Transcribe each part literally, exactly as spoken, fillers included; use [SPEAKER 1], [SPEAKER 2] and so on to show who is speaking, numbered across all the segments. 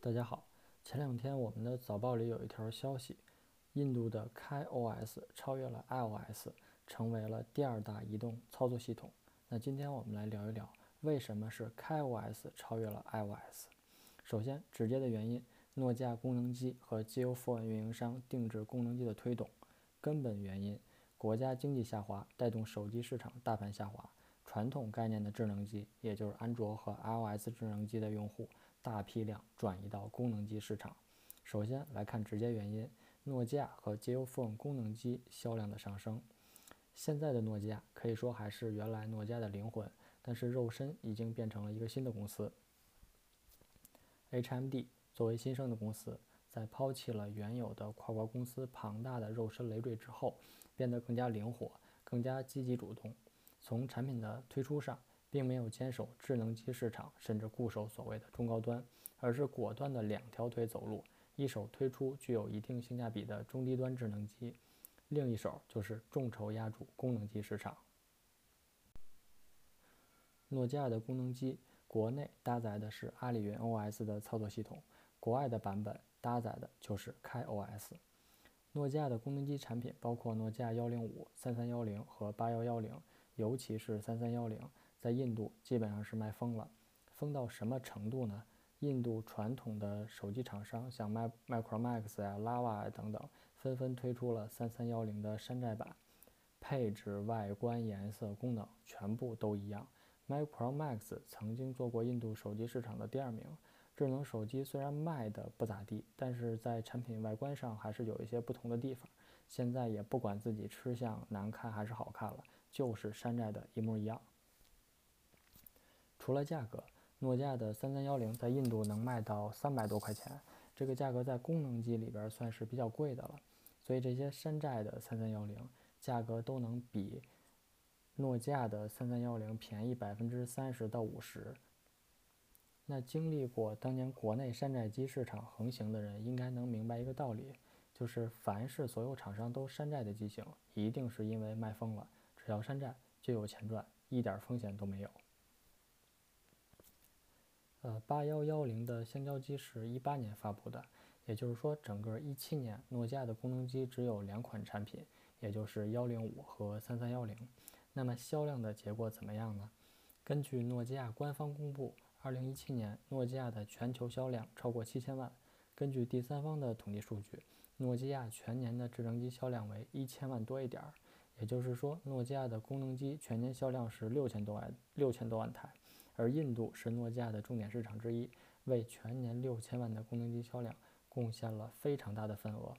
[SPEAKER 1] 大家好，前两天我们的早报里有一条消息，印度的 KaiOS 超越了 iOS，成为了第二大移动操作系统。那今天我们来聊一聊，为什么是 KaiOS 超越了 iOS。首先，直接的原因，诺基亚功能机和 J O Phone 运营商定制功能机的推动。根本原因，国家经济下滑带动手机市场大盘下滑，传统概念的智能机，也就是安卓和 iOS 智能机的用户大批量转移到功能机市场。首先来看直接原因，诺基亚和 J O Phone 功能机销量的上升。现在的诺基亚可以说还是原来诺基亚的灵魂，但是肉身已经变成了一个新的公司。H M D 作为新生的公司，在抛弃了原有的跨国公司庞大的肉身累赘之后，变得更加灵活，更加积极主动。从产品的推出上，并没有坚守智能机市场，甚至固守所谓的中高端，而是果断的两条腿走路，一手推出具有一定性价比的中低端智能机，另一手就是众筹压住功能机市场。诺基亚的功能机国内搭载的是阿里云 O S 的操作系统，国外的版本搭载的就是 KaiOS。诺基亚的功能机产品包括诺基亚一零五、三三一零和八一一零，尤其是三三一零，在印度基本上是卖疯了。疯到什么程度呢？印度传统的手机厂商像 Micromax 呀、Lava 啊等等，纷纷推出了三三一零的山寨版，配置、外观、颜色、功能全部都一样。Micromax 曾经做过印度手机市场的第二名。智能手机虽然卖的不咋地，但是在产品外观上还是有一些不同的地方。现在也不管自己吃相难看还是好看了，就是山寨的一模一样。除了价格，诺基亚的三三一零在印度能卖到三百多块钱，这个价格在功能机里边算是比较贵的了。所以这些山寨的三三一零价格都能比诺基亚的三三一零便宜百分之三十到五十。那经历过当年国内山寨机市场横行的人，应该能明白一个道理，就是凡是所有厂商都山寨的机型，一定是因为卖疯了，只要山寨就有钱赚，一点风险都没有。呃，八一一零的香蕉机是一八年发布的，也就是说，整个一七年，诺基亚的功能机只有两款产品，也就是一零五和三三一零。那么销量的结果怎么样呢？根据诺基亚官方公布，二零一七年诺基亚的全球销量超过七千万。根据第三方的统计数据，诺基亚全年的智能机销量为一千万多一点儿，也就是说，诺基亚的功能机全年销量是六千多万六千多万台。而印度是诺基亚的重点市场之一，为全年六千万的功能机销量贡献了非常大的份额。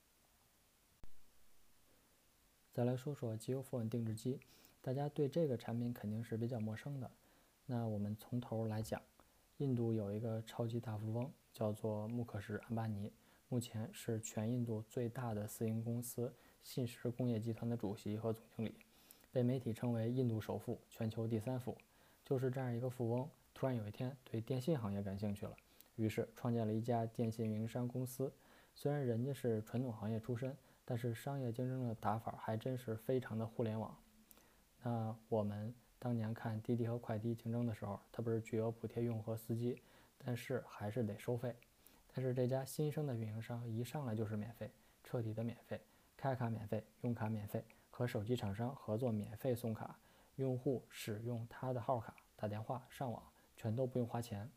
[SPEAKER 1] 再来说说 J O Phone 定制机，大家对这个产品肯定是比较陌生的。那我们从头来讲，印度有一个超级大富翁，叫做穆克什·安巴尼，目前是全印度最大的私营公司信实工业集团的主席和总经理，被媒体称为印度首富、全球第三富。就是这样一个富翁，突然有一天对电信行业感兴趣了，于是创建了一家电信运营商公司。虽然人家是传统行业出身，但是商业竞争的打法还真是非常的互联网。那我们当年看滴滴和快滴竞争的时候，它不是巨额补贴用户和司机，但是还是得收费。但是这家新生的运营商一上来就是免费，彻底的免费，开卡免费，用卡免费，和手机厂商合作免费送卡，用户使用他的号卡打电话上网全都不用花钱。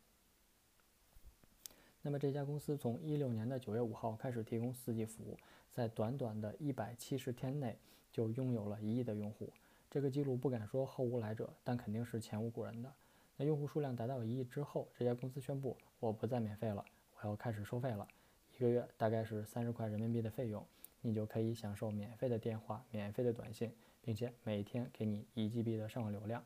[SPEAKER 1] 那么这家公司从一六年的九月五号开始提供 四 G 服务，在短短的一百七十天内就拥有了一亿的用户。这个记录不敢说后无来者，但肯定是前无古人的。那用户数量达到一亿之后，这家公司宣布，我不再免费了，我要开始收费了。一个月大概是三十块人民币的费用，你就可以享受免费的电话、免费的短信，并且每天给你一 G B 的上网流量。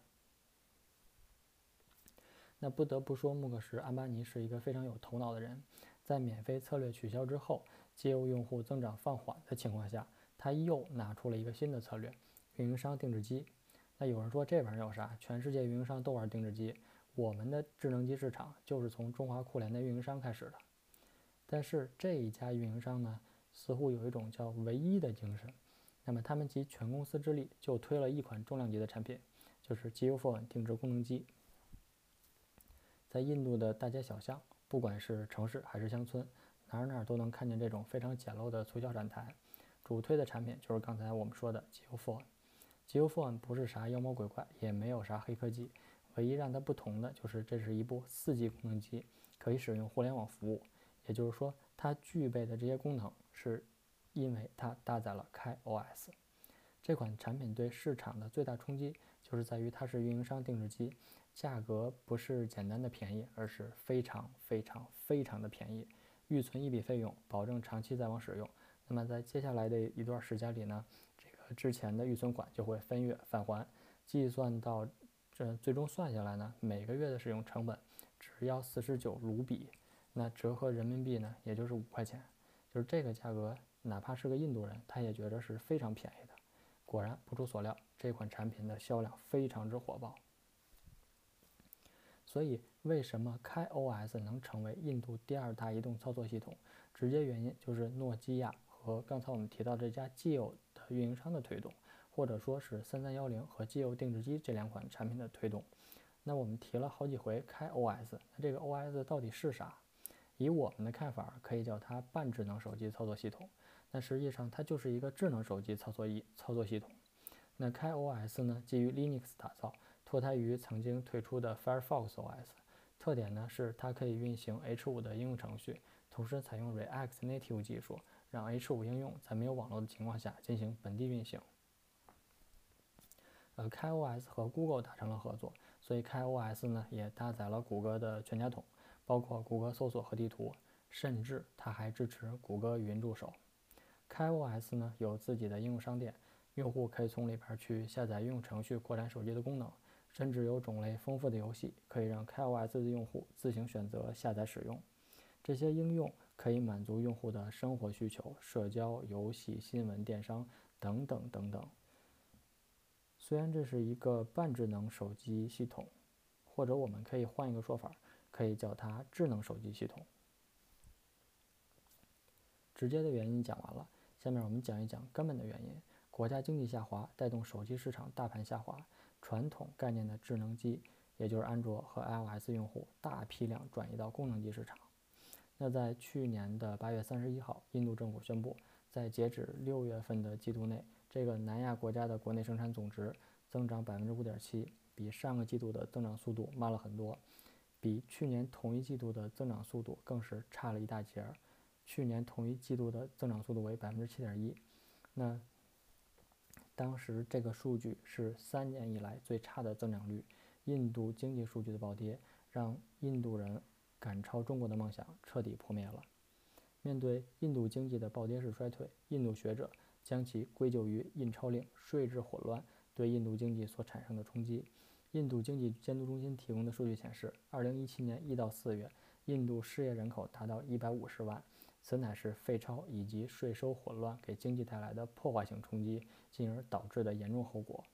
[SPEAKER 1] 那不得不说，穆克什·安巴尼是一个非常有头脑的人。在免费策略取消之后，街务用户增长放缓的情况下，他又拿出了一个新的策略——运营商定制机。那有人说这玩意儿有啥？全世界运营商都玩定制机，我们的智能机市场就是从中华酷联的运营商开始的。但是这一家运营商呢，似乎有一种叫唯一的精神。那么他们集全公司之力就推了一款重量级的产品，就是 J O Phone 定制功能机。 在印度的大街小巷，不管是城市还是乡村，哪儿哪儿都能看见这种非常简陋的促销展台。主推的产品就是刚才我们说的 Geo Phone。Geo Phone 不是啥妖魔鬼怪，也没有啥黑科技，唯一让它不同的就是这是一部 四 G 功能机，可以使用互联网服务。也就是说，它具备的这些功能是因为它搭载了 KaiOS。这款产品对市场的最大冲击就是在于它是运营商定制机，价格不是简单的便宜，而是非常非常非常的便宜。预存一笔费用，保证长期在网使用。那么在接下来的一段时间里呢，这个之前的预存款就会分月返还，计算到这最终算下来呢，每个月的使用成本只要四十九卢比，那折合人民币呢，也就是五块钱。就是这个价格，哪怕是个印度人，他也觉得是非常便宜的。果然不出所料，这款产品的销量非常之火爆。所以，为什么 KaiOS 能成为印度第二大移动操作系统？直接原因就是诺基亚和刚才我们提到这家 Jio 的运营商的推动，或者说是三三一零和 Jio 定制机这两款产品的推动。那我们提了好几回 KaiOS， 那这个 O S 到底是啥？以我们的看法，可以叫它半智能手机操作系统。但实际上，它就是一个智能手机操作一操作系统。那 KaiOS 呢，基于 Linux 打造，脱胎于曾经推出的 Firefox O S。特点呢是它可以运行 H 五 的应用程序，同时采用 React Native 技术，让 H 五 应用在没有网络的情况下进行本地运行。呃 KaiOS 和 Google 达成了合作，所以 KaiOS 呢也搭载了谷歌的全家桶，包括谷歌搜索和地图，甚至它还支持谷歌语音助手。KaiOS 呢有自己的应用商店，用户可以从里边去下载应用程序扩展手机的功能，甚至有种类丰富的游戏可以让 KaiOS 的用户自行选择下载使用。这些应用可以满足用户的生活需求、社交、游戏、新闻、电商等等等等。虽然这是一个半智能手机系统，或者我们可以换一个说法，可以叫它智能手机系统。直接的原因讲完了，下面我们讲一讲根本的原因。国家经济下滑带动手机市场大盘下滑，传统概念的智能机，也就是安卓和 iOS 用户大批量转移到功能机市场。那在去年的八月三十一号，印度政府宣布，在截止六月份的季度内，这个南亚国家的国内生产总值增长百分之五点七，比上个季度的增长速度慢了很多，比去年同一季度的增长速度更是差了一大截儿。去年同一季度的增长速度为百分之七点一，那当时这个数据是三年以来最差的增长率。印度经济数据的暴跌，让印度人赶超中国的梦想彻底破灭了。面对印度经济的暴跌式衰退，印度学者将其归咎于印钞令、税制混乱对印度经济所产生的冲击。印度经济监督中心提供的数据显示，二零一七年一到四月，印度失业人口达到一百五十万，此乃是废钞以及税收混乱给经济带来的破坏性冲击，进而导致的严重后果。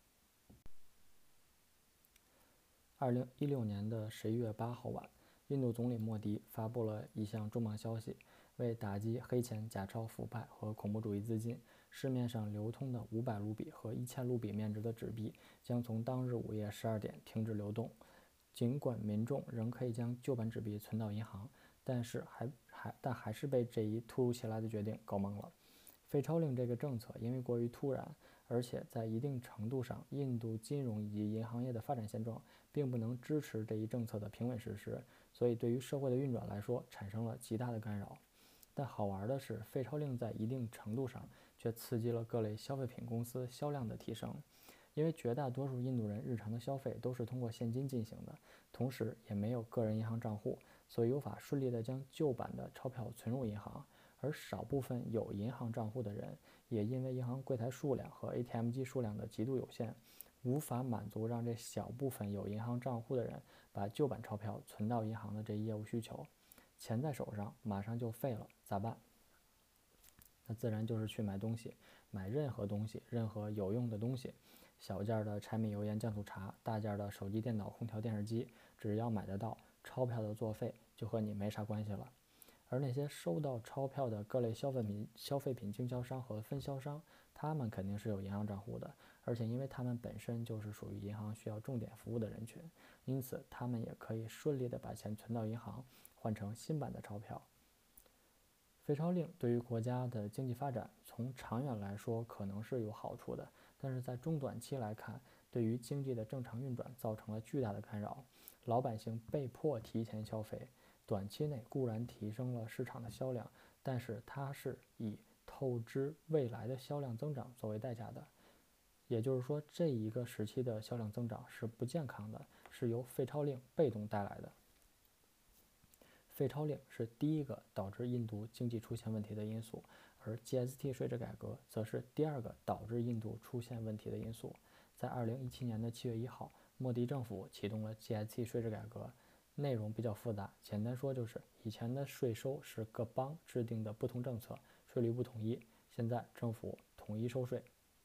[SPEAKER 1] 二零一六年的十一月八号晚，印度总理莫迪发布了一项重磅消息，为打击黑钱、假钞、腐败和恐怖主义资金，市面上流通的五百卢比和一千卢比面值的纸币将从当日午夜十二点停止流动。尽管民众仍可以将旧版纸币存到银行，但是还还但还是被这一突如其来的决定搞懵了。废钞令这个政策因为过于突然，而且在一定程度上，印度金融以及银行业的发展现状并不能支持这一政策的平稳实施，所以对于社会的运转来说产生了极大的干扰。但好玩的是，废钞令在一定程度上却刺激了各类消费品公司销量的提升。因为绝大多数印度人日常的消费都是通过现金进行的，同时也没有个人银行账户，所以无法顺利地将旧版的钞票存入银行。而少部分有银行账户的人，也因为银行柜台数量和 A T M 机数量的极度有限，无法满足让这小部分有银行账户的人把旧版钞票存到银行的这一业务需求。钱在手上，马上就废了，咋办？那自然就是去买东西，买任何东西，任何有用的东西。小件的柴米油盐酱醋茶，大件的手机、电脑、空调、电视机，只要买得到，钞票的作废就和你没啥关系了。而那些收到钞票的各类消费品、消费品经销商和分销商， 他们肯定是有银行账户的，而且因为他们本身就是属于银行需要重点服务的人群，因此他们也可以顺利的把钱存到银行，换成新版的钞票。废钞令对于国家的经济发展，从长远来说可能是有好处的，但是在中短期来看，对于经济的正常运转造成了巨大的干扰。老百姓被迫提前消费，短期内固然提升了市场的销量，但是它是以透支未来的销量增长作为代价的。也就是说，这一个时期的销量增长是不健康的，是由废钞令被动带来的。废钞令是第一个导致印度经济出现问题的因素，而 G S T 税制改革则是第二个导致印度出现问题的因素。在二零一七年的七月一号，莫迪政府启动了 G S T 税制改革，内容比较复杂，简单说就是以前的税收是各邦制定的不同政策，税率不统一，现在政府统一收税。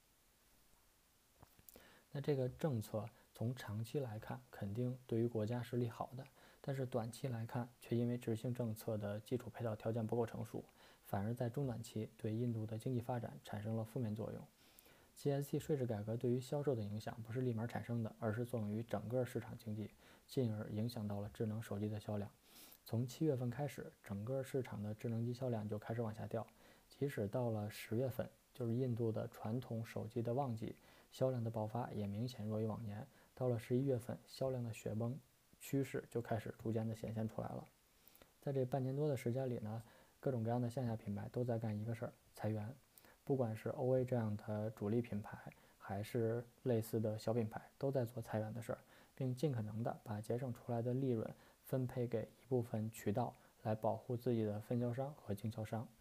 [SPEAKER 1] 那这个政策从长期来看，肯定对于国家是利好的，但是短期来看，却因为执行政策的基础配套条件不够成熟，反而在中短期对印度的经济发展产生了负面作用。G S T 税制改革对于销售的影响不是立马产生的，而是作用于整个市场经济，进而影响到了智能手机的销量。从七月份开始，整个市场的智能机销量就开始往下掉，即使到了十月份，就是印度的传统手机的旺季，销量的爆发也明显弱于往年。到了十一月份，销量的雪崩趋势就开始逐渐的显现出来了。在这半年多的时间里呢，各种各样的线下品牌都在干一个事儿，裁员。不管是 O A 这样的主力品牌，还是类似的小品牌，都在做裁员的事儿，并尽可能的把节省出来的利润分配给一部分渠道，来保护自己的分销商和经销商。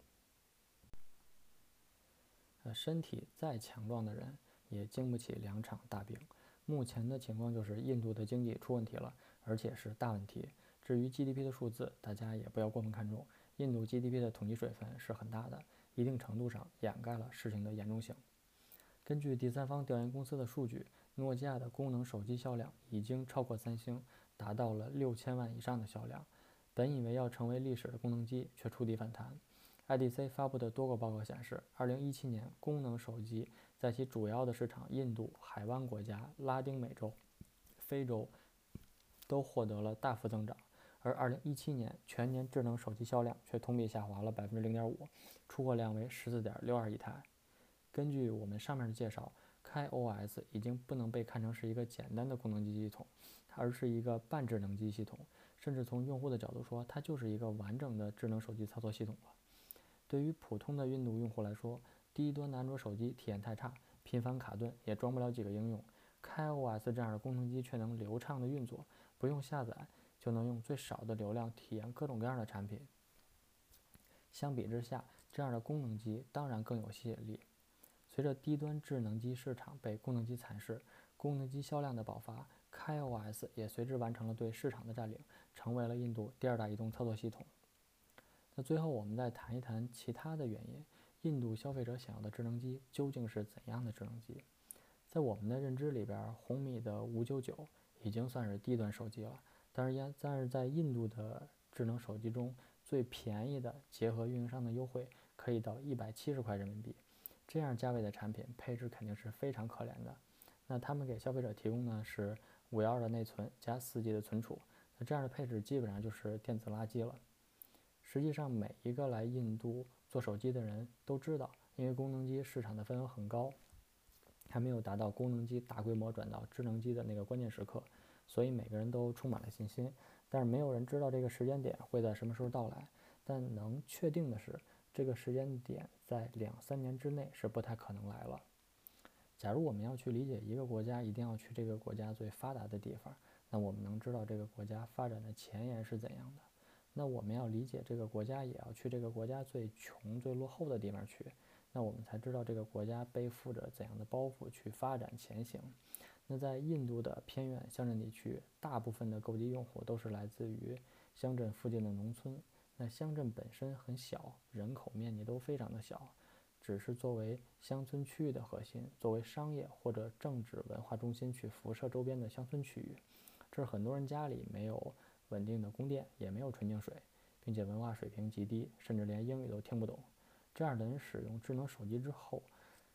[SPEAKER 1] 呃，身体再强壮的人也经不起两场大病。目前的情况就是印度的经济出问题了，而且是大问题。至于 G D P 的数字，大家也不要过分看重。印度 G D P 的统计水分是很大的，一定程度上掩盖了事情的严重性。根据第三方调研公司的数据，诺基亚的功能手机销量已经超过三星，达到了六千万以上的销量。本以为要成为历史的功能机，却触底反弹。I D C 发布的多个报告显示，二零一七年功能手机在其主要的市场印度、海湾国家、拉丁美洲、非洲都获得了大幅增长，而二零一七年全年智能手机销量却同比下滑了百分之零点五，出货量为十四点六二亿台。根据我们上面的介绍，开 O S 已经不能被看成是一个简单的功能机系统，而是一个半智能机系统，甚至从用户的角度说，它就是一个完整的智能手机操作系统了。对于普通的印度用户来说，低端的安卓手机体验太差，频繁卡顿，也装不了几个应用。开 O S 这样的功能机却能流畅的运作，不用下载就能用最少的流量体验各种各样的产品。相比之下，这样的功能机当然更有吸引力。随着低端智能机市场被功能机蚕食，功能机销量的爆发，开 O S 也随之完成了对市场的占领，成为了印度第二大移动操作系统。那最后我们再谈一谈其他的原因，印度消费者想要的智能机究竟是怎样的智能机？在我们的认知里边，红米的五九九已经算是低端手机了，但是但是在印度的智能手机中，最便宜的结合运营商的优惠可以到一百七十块人民币，这样价位的产品配置肯定是非常可怜的。那他们给消费者提供呢是五幺二的内存加四 G 的存储，那这样的配置基本上就是电子垃圾了。实际上，每一个来印度做手机的人都知道，因为功能机市场的份额很高，还没有达到功能机大规模转到智能机的那个关键时刻，所以每个人都充满了信心。但是没有人知道这个时间点会在什么时候到来。但能确定的是，这个时间点在两三年之内是不太可能来了。假如我们要去理解一个国家，一定要去这个国家最发达的地方，那我们能知道这个国家发展的前沿是怎样的。那我们要理解这个国家，也要去这个国家最穷、最落后的地方去，那我们才知道这个国家背负着怎样的包袱去发展前行。那在印度的偏远乡镇地区，大部分的购机用户都是来自于乡镇附近的农村。那乡镇本身很小，人口面积都非常的小，只是作为乡村区域的核心，作为商业或者政治文化中心去辐射周边的乡村区域。这是很多人家里没有稳定的供电，也没有纯净水，并且文化水平极低，甚至连英语都听不懂。这样的人使用智能手机之后，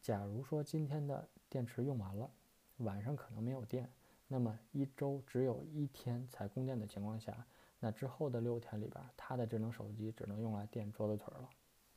[SPEAKER 1] 假如说今天的电池用完了，晚上可能没有电，那么一周只有一天才供电的情况下，那之后的六天里边，他的智能手机只能用来垫桌子腿了。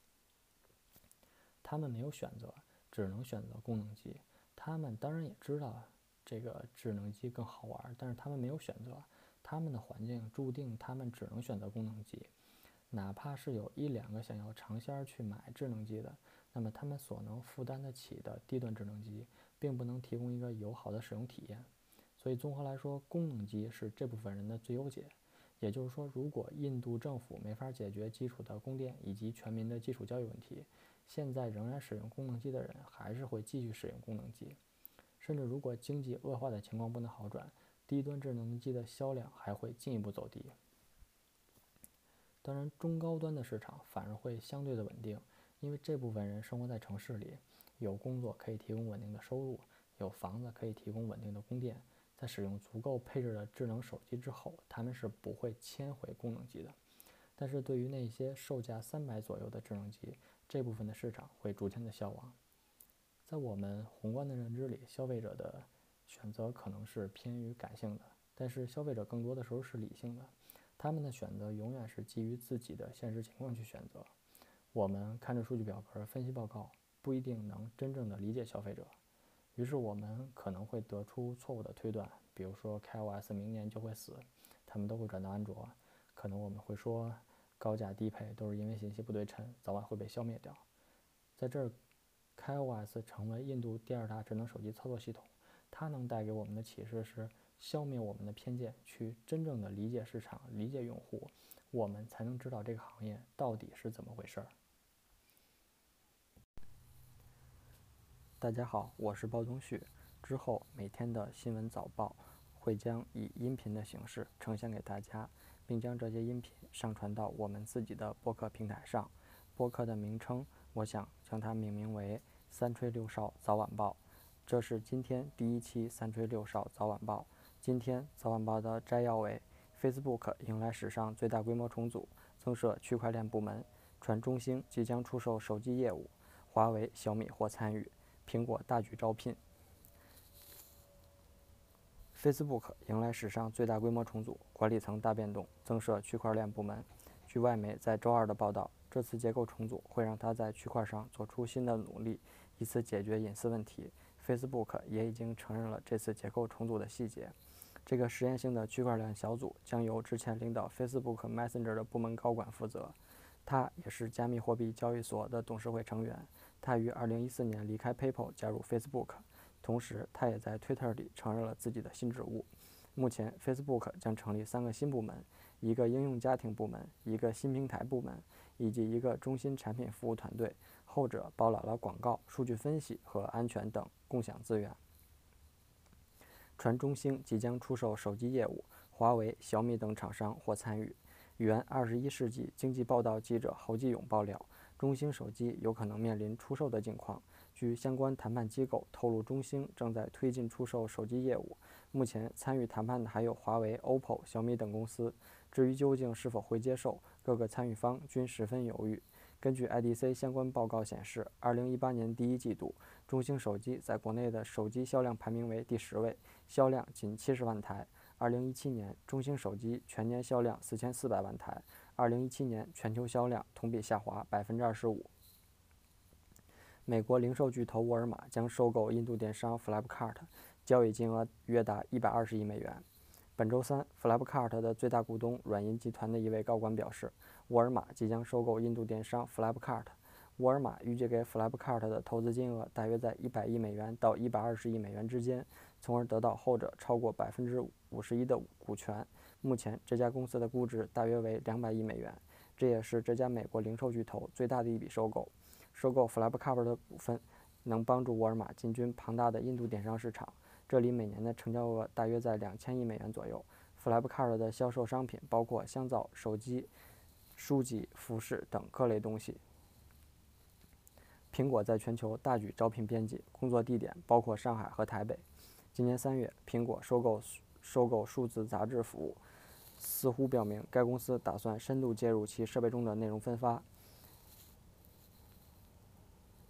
[SPEAKER 1] 他们没有选择，只能选择功能机。他们当然也知道这个智能机更好玩，但是他们没有选择，他们的环境注定他们只能选择功能机。哪怕是有一两个想要尝鲜去买智能机的，那么他们所能负担得起的低端智能机，并不能提供一个友好的使用体验。所以综合来说，功能机是这部分人的最优解。也就是说，如果印度政府没法解决基础的供电以及全民的基础教育问题，现在仍然使用功能机的人还是会继续使用功能机。甚至如果经济恶化的情况不能好转，低端智能机的销量还会进一步走低。当然，中高端的市场反而会相对的稳定，因为这部分人生活在城市里，有工作可以提供稳定的收入，有房子可以提供稳定的供电。在使用足够配置的智能手机之后，他们是不会迁回功能机的。但是对于那些售价三百左右的智能机，这部分的市场会逐渐的消亡。在我们宏观的认知里，消费者的选择可能是偏于感性的，但是消费者更多的时候是理性的。他们的选择永远是基于自己的现实情况去选择。我们看着数据表格、分析报告，不一定能真正的理解消费者，于是我们可能会得出错误的推断，比如说 K O S 明年就会死，他们都会转到安卓。可能我们会说高价低配都是因为信息不对称，早晚会被消灭掉。在这儿 K O S 成为印度第二大智能手机操作系统，它能带给我们的启示是消灭我们的偏见，去真正的理解市场，理解用户，我们才能知道这个行业到底是怎么回事儿。大家好，我是包宗旭。之后每天的新闻早报会将以音频的形式呈现给大家，并将这些音频上传到我们自己的播客平台上。播客的名称，我想将它命名为“三吹六哨早晚报”。这是今天第一期“三吹六哨早晚报”。今天早晚报的摘要为：Facebook 迎来史上最大规模重组，增设区块链部门；传中兴即将出售手机业务，华为、小米或参与。苹果大举招聘。Facebook 迎来史上最大规模重组，管理层大变动，增设区块链部门。据外媒在周二的报道，这次结构重组会让它在区块上做出新的努力，以此解决隐私问题。Facebook 也已经承认了这次结构重组的细节。这个实验性的区块链小组将由之前领导 Facebook Messenger 的部门高管负责，他也是加密货币交易所的董事会成员。他于二零一四年离开 PayPal 加入 Facebook， 同时他也在 Twitter 里承认了自己的新职务。目前 Facebook 将成立三个新部门，一个应用家庭部门，一个新平台部门，以及一个中心产品服务团队，后者包揽了广告、数据分析和安全等共享资源。传中兴即将出售手机业务，华为、小米等厂商或参与。原二十一世纪经济报道记者侯继勇爆料，中兴手机有可能面临出售的境况。据相关谈判机构透露，中兴正在推进出售手机业务。目前参与谈判的还有华为、O P P O、小米等公司。至于究竟是否会接受，各个参与方均十分犹豫。根据 I D C 相关报告显示，二零一八年第一季度，中兴手机在国内的手机销量排名为第十位，销量仅七十万台。二零一七年，中兴手机全年销量四千四百万台。二零一七年全球销量同比下滑百分之二十五。美国零售巨头沃尔玛将收购印度电商 Flipkart， 交易金额约达一百二十亿美元。本周三 ，Flipkart 的最大股东软银集团的一位高管表示，沃尔玛即将收购印度电商 Flipkart。沃尔玛预计给 Flipkart 的投资金额大约在一百亿美元到一百二十亿美元之间，从而得到后者超过百分之五十一的股权。目前，这家公司的估值大约为两百亿美元，这也是这家美国零售巨头最大的一笔收购。收购 Flipkart 的股份能帮助沃尔玛进军庞大的印度电商市场，这里每年的成交额大约在两千亿美元左右。Flipkart 的销售商品包括香皂、手机、书籍、服饰等各类东西。苹果在全球大举招聘编辑，工作地点包括上海和台北。今年三月，苹果收购收购数字杂志服务，似乎表明该公司打算深度介入其设备中的内容分发。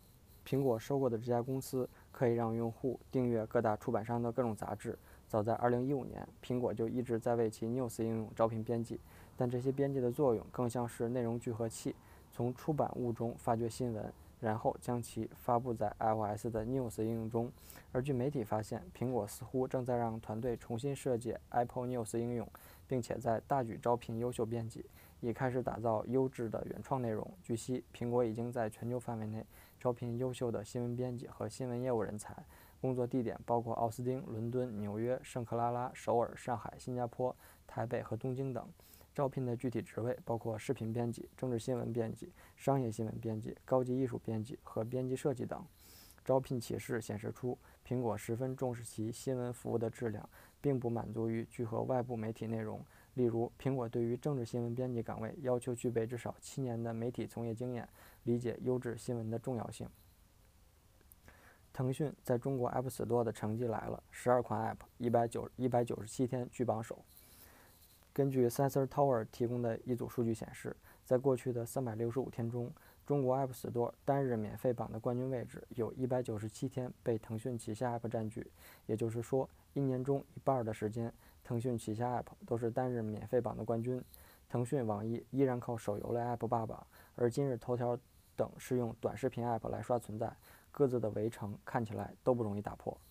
[SPEAKER 1] 苹果收购的这家公司可以让用户订阅各大出版商的各种杂志。早在二零一五年，苹果就一直在为其 News 应用招聘编辑，但这些编辑的作用更像是内容聚合器，从出版物中发掘新闻，然后将其发布在 iOS 的 News 应用中。而据媒体发现，苹果似乎正在让团队重新设计 Apple News 应用，并且在大举招聘优秀编辑，已开始打造优质的原创内容。据悉，苹果已经在全球范围内招聘优秀的新闻编辑和新闻业务人才，工作地点包括奥斯汀、伦敦、纽约、圣克拉拉、首尔、上海、新加坡、台北和东京等。招聘的具体职位包括视频编辑、政治新闻编辑、商业新闻编辑、高级艺术编辑和编辑设计等。招聘启事显示出，苹果十分重视其新闻服务的质量，并不满足于聚合外部媒体内容。例如，苹果对于政治新闻编辑岗位要求具备至少七年的媒体从业经验，理解优质新闻的重要性。腾讯在中国 App Store 的成绩来了，十二款 App， 一百九十七天居榜首。根据 Sensor Tower 提供的一组数据显示，在过去的三百六十五天中，中国 App Store 单日免费榜的冠军位置有一百九十七天被腾讯旗下 App 占据，也就是说，一年中一半的时间，腾讯旗下 App 都是单日免费榜的冠军。腾讯、网易依然靠手游类 App 霸榜，而今日头条等是用短视频 App 来刷存在，各自的围城看起来都不容易打破。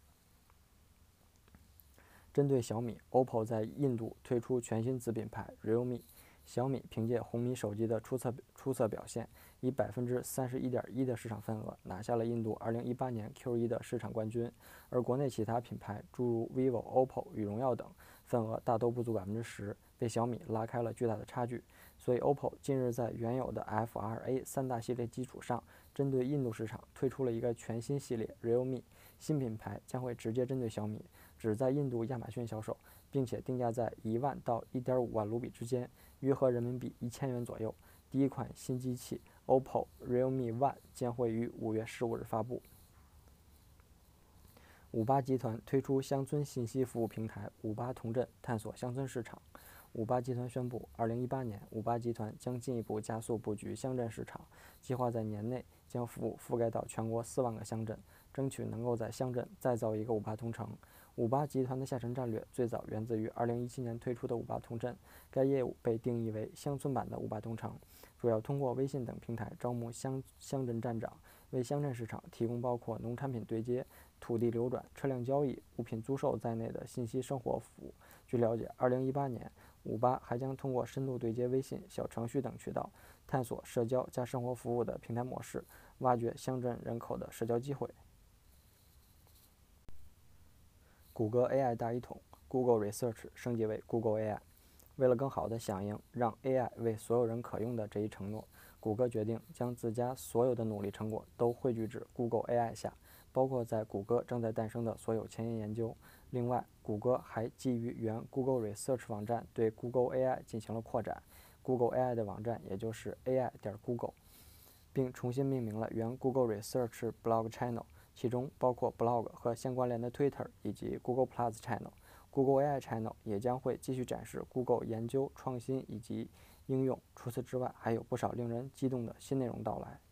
[SPEAKER 1] 针对小米 ，O P P O 在印度推出全新子品牌 Realme。小米凭借红米手机的出色出色表现，以百分之三十一点一的市场份额拿下了印度二零一八年 Q 一的市场冠军。而国内其他品牌，诸如 vivo、O P P O 与荣耀等，份额大都不足百分之十，被小米拉开了巨大的差距。所以 O P P O 近日在原有的 F R A 三大系列基础上，针对印度市场推出了一个全新系列 Realme。新品牌将会直接针对小米，只在印度亚马逊销售，并且定价在一万到一点五万卢比之间，约合人民币一千元左右。第一款新机器 O P P O Realme One 将会于五月十五日发布。五八集团推出乡村信息服务平台五八同镇，探索乡村市场。五八集团宣布，二零一八年，五八集团将进一步加速布局乡镇市场，计划在年内将服务覆盖到全国四万个乡镇，争取能够在乡镇再造一个五八同城。五八集团的下沉战略最早源自于二零一七年推出的五八同镇，该业务被定义为乡村版的五八同城，主要通过微信等平台招募乡乡镇站长，为乡镇市场提供包括农产品对接、土地流转、车辆交易、物品租售在内的信息生活服务。据了解，二零一八年，五八还将通过深度对接微信、小程序等渠道，探索社交加生活服务的平台模式，挖掘乡镇人口的社交机会。谷歌 A I 大一统 ，Google Research 升级为 Google A I。为了更好地响应让 A I 为所有人可用的这一承诺，谷歌决定将自家所有的努力成果都汇聚至 Google A I 下，包括在谷歌正在诞生的所有前沿研究。另外，谷歌还基于原 Google Research 网站对 Google A I 进行了扩展 ，Google A I 的网站也就是 A I 点 Google， 并重新命名了原 Google Research Blog Channel， 其中包括 Blog 和相关联的 Twitter 以及 Google Plus Channel。Google A I Channel 也将会继续展示 Google 研究、创新以及应用。除此之外，还有不少令人激动的新内容到来。